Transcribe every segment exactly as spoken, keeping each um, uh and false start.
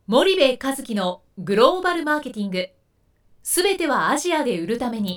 森部一樹のグローバルマーケティング、すべてはアジアで売るために。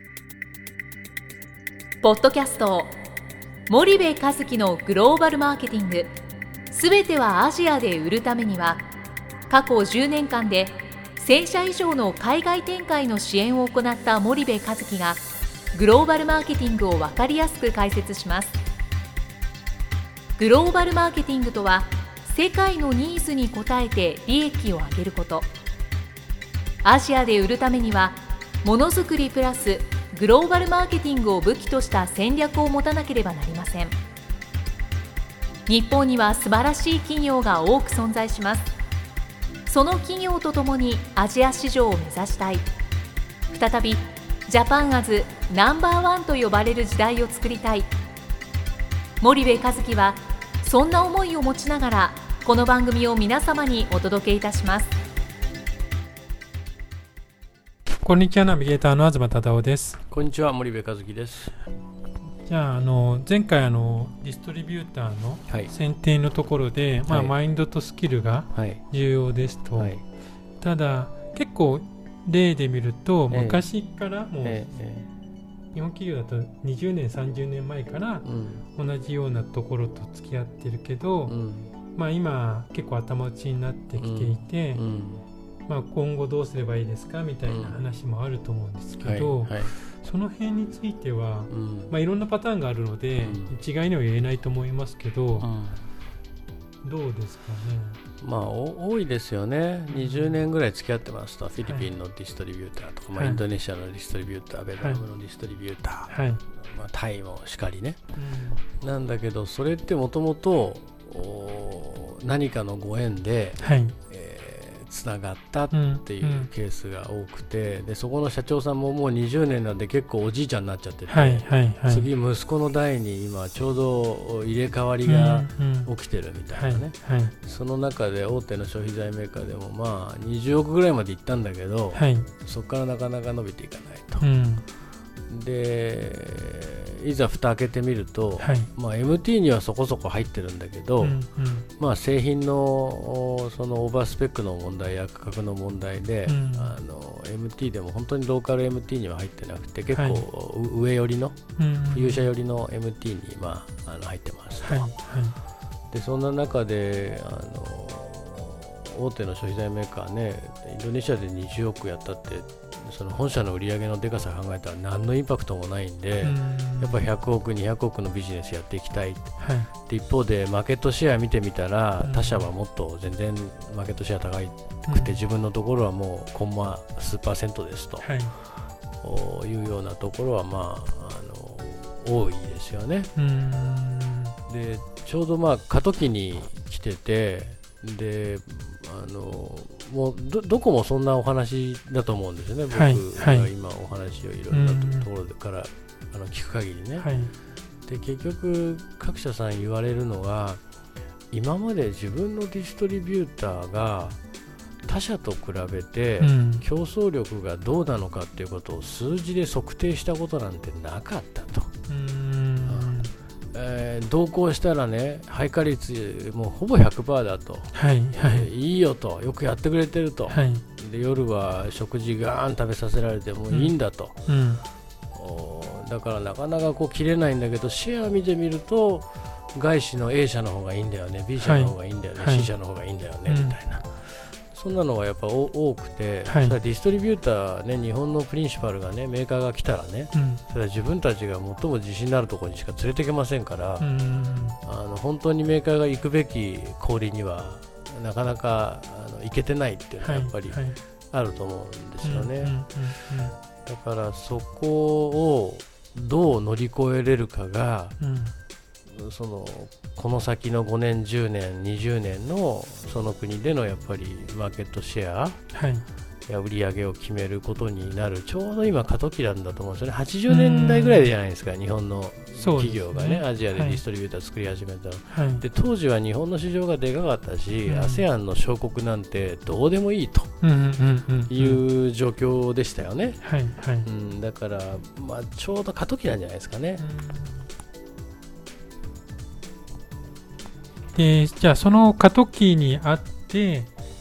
ポッドキャスト森部一樹のグローバルマーケティング、すべてはアジアで売るためには、過去じゅうねんかんでせんしゃ以上の海外展開の支援を行った森部一樹がグローバルマーケティングを分かりやすく解説します。グローバルマーケティングとは、世界のニーズに応えて利益を上げること。アジアで売るためには、ものづくりプラスグローバルマーケティングを武器とした戦略を持たなければなりません。日本には素晴らしい企業が多く存在します。その企業とともにアジア市場を目指したい。再びジャパンアズナンバーワンと呼ばれる時代を作りたい。森部一樹はそんな思いを持ちながら、この番組を皆様にお届けいたします。 こんにちは、ナビゲーターの東忠夫です。 こんにちは、森部一樹です。 じゃあ、あの前回あのディストリビューターの選定のところで、はいまあ、マインドとスキルが重要ですと、はいはい、ただ結構例で見ると、えー、昔からもう、えーえー、日本企業だとにじゅうねんさんじゅうねんまえから同じようなところと付き合ってるけど、うんまあ、今結構頭打ちになってきていて、うんうんまあ、今後どうすればいいですかみたいな話もあると思うんですけど、うんはいはい、その辺については、うんまあ、いろんなパターンがあるので、うん、一概には言えないと思いますけど、うん、どうですかね。 まあ多いですよね。にじゅうねんぐらい付き合ってますと、フィリピンのディストリビューターとか、はいまあ、インドネシアのディストリビューター、ベトナムのディストリビューター、はいまあ、タイもしかりね、うん、なんだけどそれってもともと何かのご縁で、はいえー、つながったっていうケースが多くて、うんうん、でそこの社長さんももうにじゅうねんなんで結構おじいちゃんになっちゃってて、はいはいはい、次息子の代に今ちょうど入れ替わりが起きてるみたいなね、うんうんはいはい、その中で大手の消費財メーカーでもまあにじゅうおくぐらいまでいったんだけど、はい、そこからなかなか伸びていかないと、うん、でいざ蓋開けてみると、はいまあ、エムティー にはそこそこ入ってるんだけど、うんうんまあ、製品 の, そのオーバースペックの問題や価格の問題で、うん、あの エムティー でも本当にローカル エムティー には入ってなくて結構、はい、上寄りの、うん、富裕者寄りの エムティー に、まあ、あの入ってますと、はいはい、でそんな中であの大手の消費財メーカーね、インドネシアでにじゅうおくやったってその本社の売り上げのでかさ考えたら何のインパクトもないんで、んやっぱりひゃくおくにひゃくおくのビジネスやっていきたい、はい、で一方でマーケットシェア見てみたら他社はもっと全然マーケットシェア高くて自分のところはもうコンマ数パーセントですと、はい、いうようなところはまあ、あの多いですよね。うんでちょうどまあ過渡期に来ててであのもう ど, どこもそんなお話だと思うんですよね、僕が今お話をいろんなところから、はい、あの聞く限りね、はい、で結局各社さん言われるのが今まで自分のディストリビューターが他社と比べて競争力がどうなのかっていうことを数字で測定したことなんてなかったと。うんえー、同行したらね配下率もうほぼ ひゃくパーセント だと、はいはいえー、いいよとよくやってくれてると、はい、で夜は食事ガーン食べさせられてもいいんだと、うん、だからなかなかこう切れないんだけどシェア見てみると外資の A 社の方がいいんだよね B 社の方がいいんだよね、はい、C 社の方がいいんだよね、はい、みたいな、うんそんなのがやっぱ多くて、はい、それはディストリビューター、ね、日本のプリンシパルがねメーカーが来たらね、うん、それは自分たちが最も自信のあるところにしか連れていけませんから、うん、あの本当にメーカーが行くべき小売にはなかなかあの行けてないっていうのはやっぱりあると思うんですよね。だからそこをどう乗り越えれるかが、うんそのこの先のごねんじゅうねんにじゅうねんのその国でのやっぱりマーケットシェア、はい、や売り上げを決めることになるちょうど今過渡期なんだと思うんですよね。はちじゅうねんだいぐらいじゃないですか日本の企業が ね, ねアジアでディストリビューター作り始めた、はい、で当時は日本の市場がでかかったし、うん、アセアン の小国なんてどうでもいいという状況でしたよね、はいはいうん、だから、まあ、ちょうど過渡期なんじゃないですかね、うんでじゃあその過渡期にあって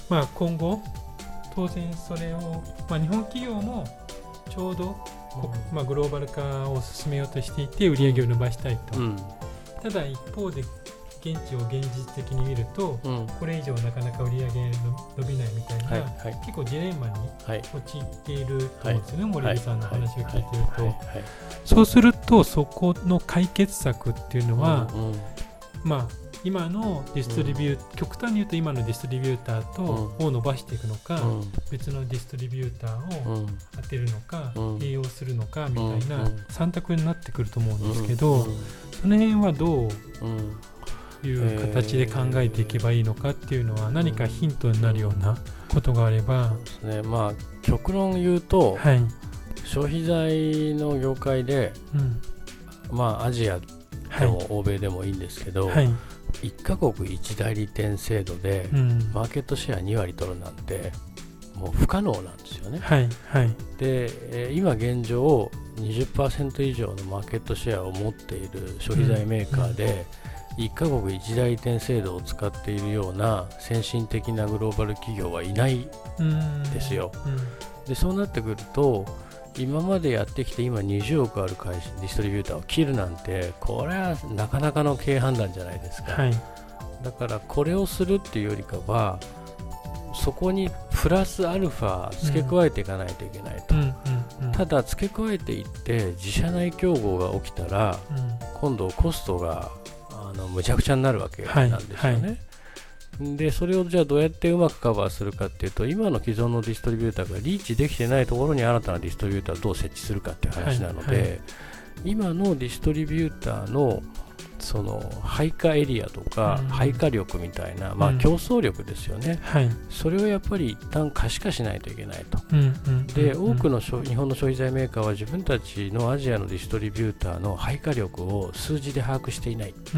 まあ、今後当然それを、まあ、日本企業もちょうど、うんまあ、グローバル化を進めようとしていて売り上げを伸ばしたいと、うん、ただ一方で現地を現実的に見ると、うん、これ以上なかなか売り上げ伸びないみたいな、はいはい、結構ジレンマに陥っていると思うんですよね、はい、森部さんの話を聞いていると、はいはいはい、そうするとそこの解決策っていうのは、うんうんまあ、今のディストリビュー、うん、極端に言うと今のディストリビューターと、うん、を伸ばしていくのか、うん、別のディストリビューターを当てるのか、うん、併用するのかみたいなさん択になってくると思うんですけど、うんうん、その辺はどういう形で考えていけばいいのかっていうのは何かヒントになるようなことがあれば、 そうですね、まあ極論言うと、はい、消費財の業界で、うん、まあアジアでも欧米でもいいんですけど、はい、いっカ国いち代理店制度で、うん、マーケットシェアに割取るなんてもう不可能なんですよね、はいはい、で、えー、今現状 にじゅっパーセント 以上のマーケットシェアを持っている消費財メーカーで、うん、いっカ国いち代理店制度を使っているような先進的なグローバル企業はいないですよ、うんうん、でそうなってくると今までやってきて今にじゅうおくある会社ディストリビューターを切るなんてこれはなかなかの経営判断じゃないですか、はい、だからこれをするっていうよりかはそこにプラスアルファ付け加えていかないといけないと、うんうんうんうん、ただ付け加えていって自社内競合が起きたら、うん、今度コストがあのむちゃくちゃになるわけなんですよね、はいはいでそれをじゃあどうやってうまくカバーするかっていうと今の既存のディストリビューターがリーチできてないところに新たなディストリビューターをどう設置するかっていう話なので、はいはい、今のディストリビューターのその配下エリアとか、うん、配下力みたいな、まあ、競争力ですよね、うんはい、それをやっぱり一旦可視化しないといけないと、うんうん、で多くの日本の消費財メーカーは自分たちのアジアのディストリビューターの配下力を数字で把握していない、うん、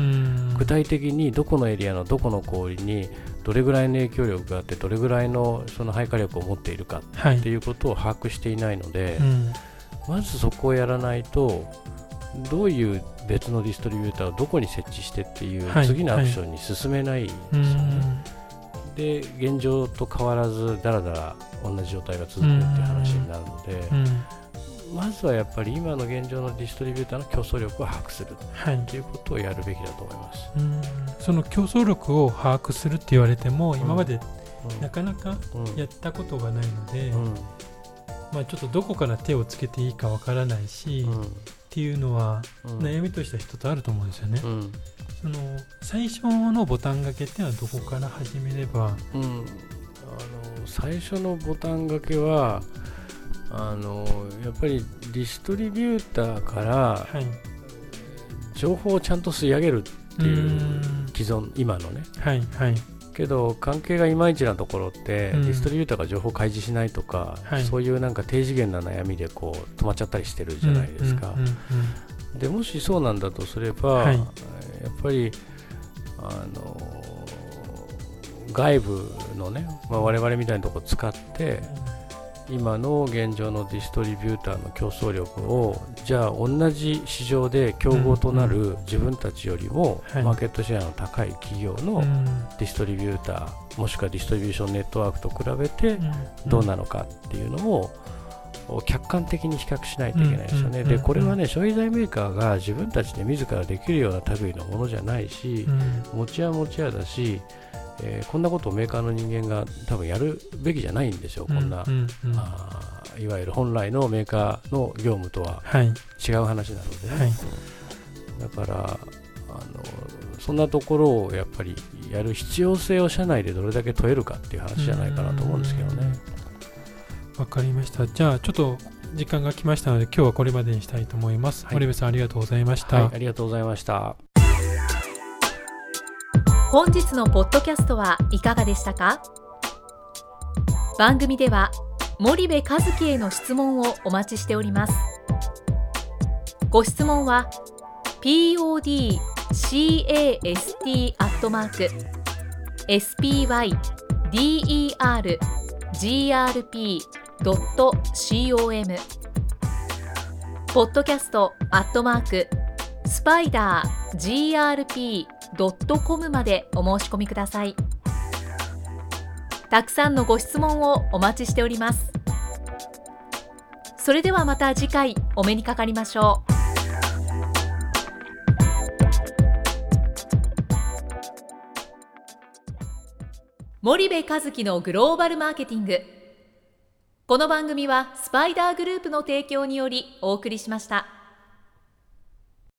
具体的にどこのエリアのどこの小売にどれぐらいの影響力があってどれぐらいのその配下力を持っているかっていうことを把握していないので、はいうん、まずそこをやらないとどういう別のディストリビューターをどこに設置してっていう次のアクションに進めないんですよね、はいはい、で現状と変わらずだらだら同じ状態が続くっていう話になるのでまずはやっぱり今の現状のディストリビューターの競争力を把握するっていうことをやるべきだと思います、はい、うんその競争力を把握するって言われても、うん、今までなかなかやったことがないので、うんうんまあ、ちょっとどこから手をつけていいかわからないし、うんっていうのは悩みとしては一つあると思うんですよね、うん、その最初のボタン掛けっていうのはどこから始めれば、うん、あの最初のボタン掛けはあのやっぱりディストリビューターから情報をちゃんと吸い上げるっていう既存今のね、はいはいけど関係がいまいちなところって、うん、ディストリビューターが情報開示しないとか、はい、そういうなんか低次元な悩みでこう止まっちゃったりしてるじゃないですか、うんうんうんうん、でもしそうなんだとすれば、はい、やっぱりあの外部のね、まあ、我々みたいなところを使って今の現状のディストリビューターの競争力をじゃあ同じ市場で競合となる自分たちよりもマーケットシェアの高い企業のディストリビューターもしくはディストリビューションネットワークと比べてどうなのかっていうのを客観的に比較しないといけないですよね。でこれはね消費財メーカーが自分たちで自らできるような類のものじゃないし持ち屋持ち屋だしえー、こんなことをメーカーの人間が多分やるべきじゃないんですよ、うん、こんな、うんうん、あいわゆる本来のメーカーの業務とは違う話なので、ねはい、だからあのそんなところをやっぱりやる必要性を社内でどれだけ問えるかっていう話じゃないかなと思うんですけどね。 わかりました。じゃあちょっと時間が来ましたので今日はこれまでにしたいと思います。はい、森部さんありがとうございました、 はい、ありがとうございました。 本日のポッドキャストはいかがでしたか？番組では森部一樹への質問をお待ちしております。ご質問は ピーオーディーキャスト アットマーク エスピーワイディーイーアールジーアールピードットコム ポッドキャストアットマークスパイダー ジーアールピードットコム までお申し込みください。 たくさんのご質問をお待ちしております。それではまた次回お目にかかりましょう。森部一樹のグローバルマーケティング。この番組はスパイダーグループの提供によりお送りしました。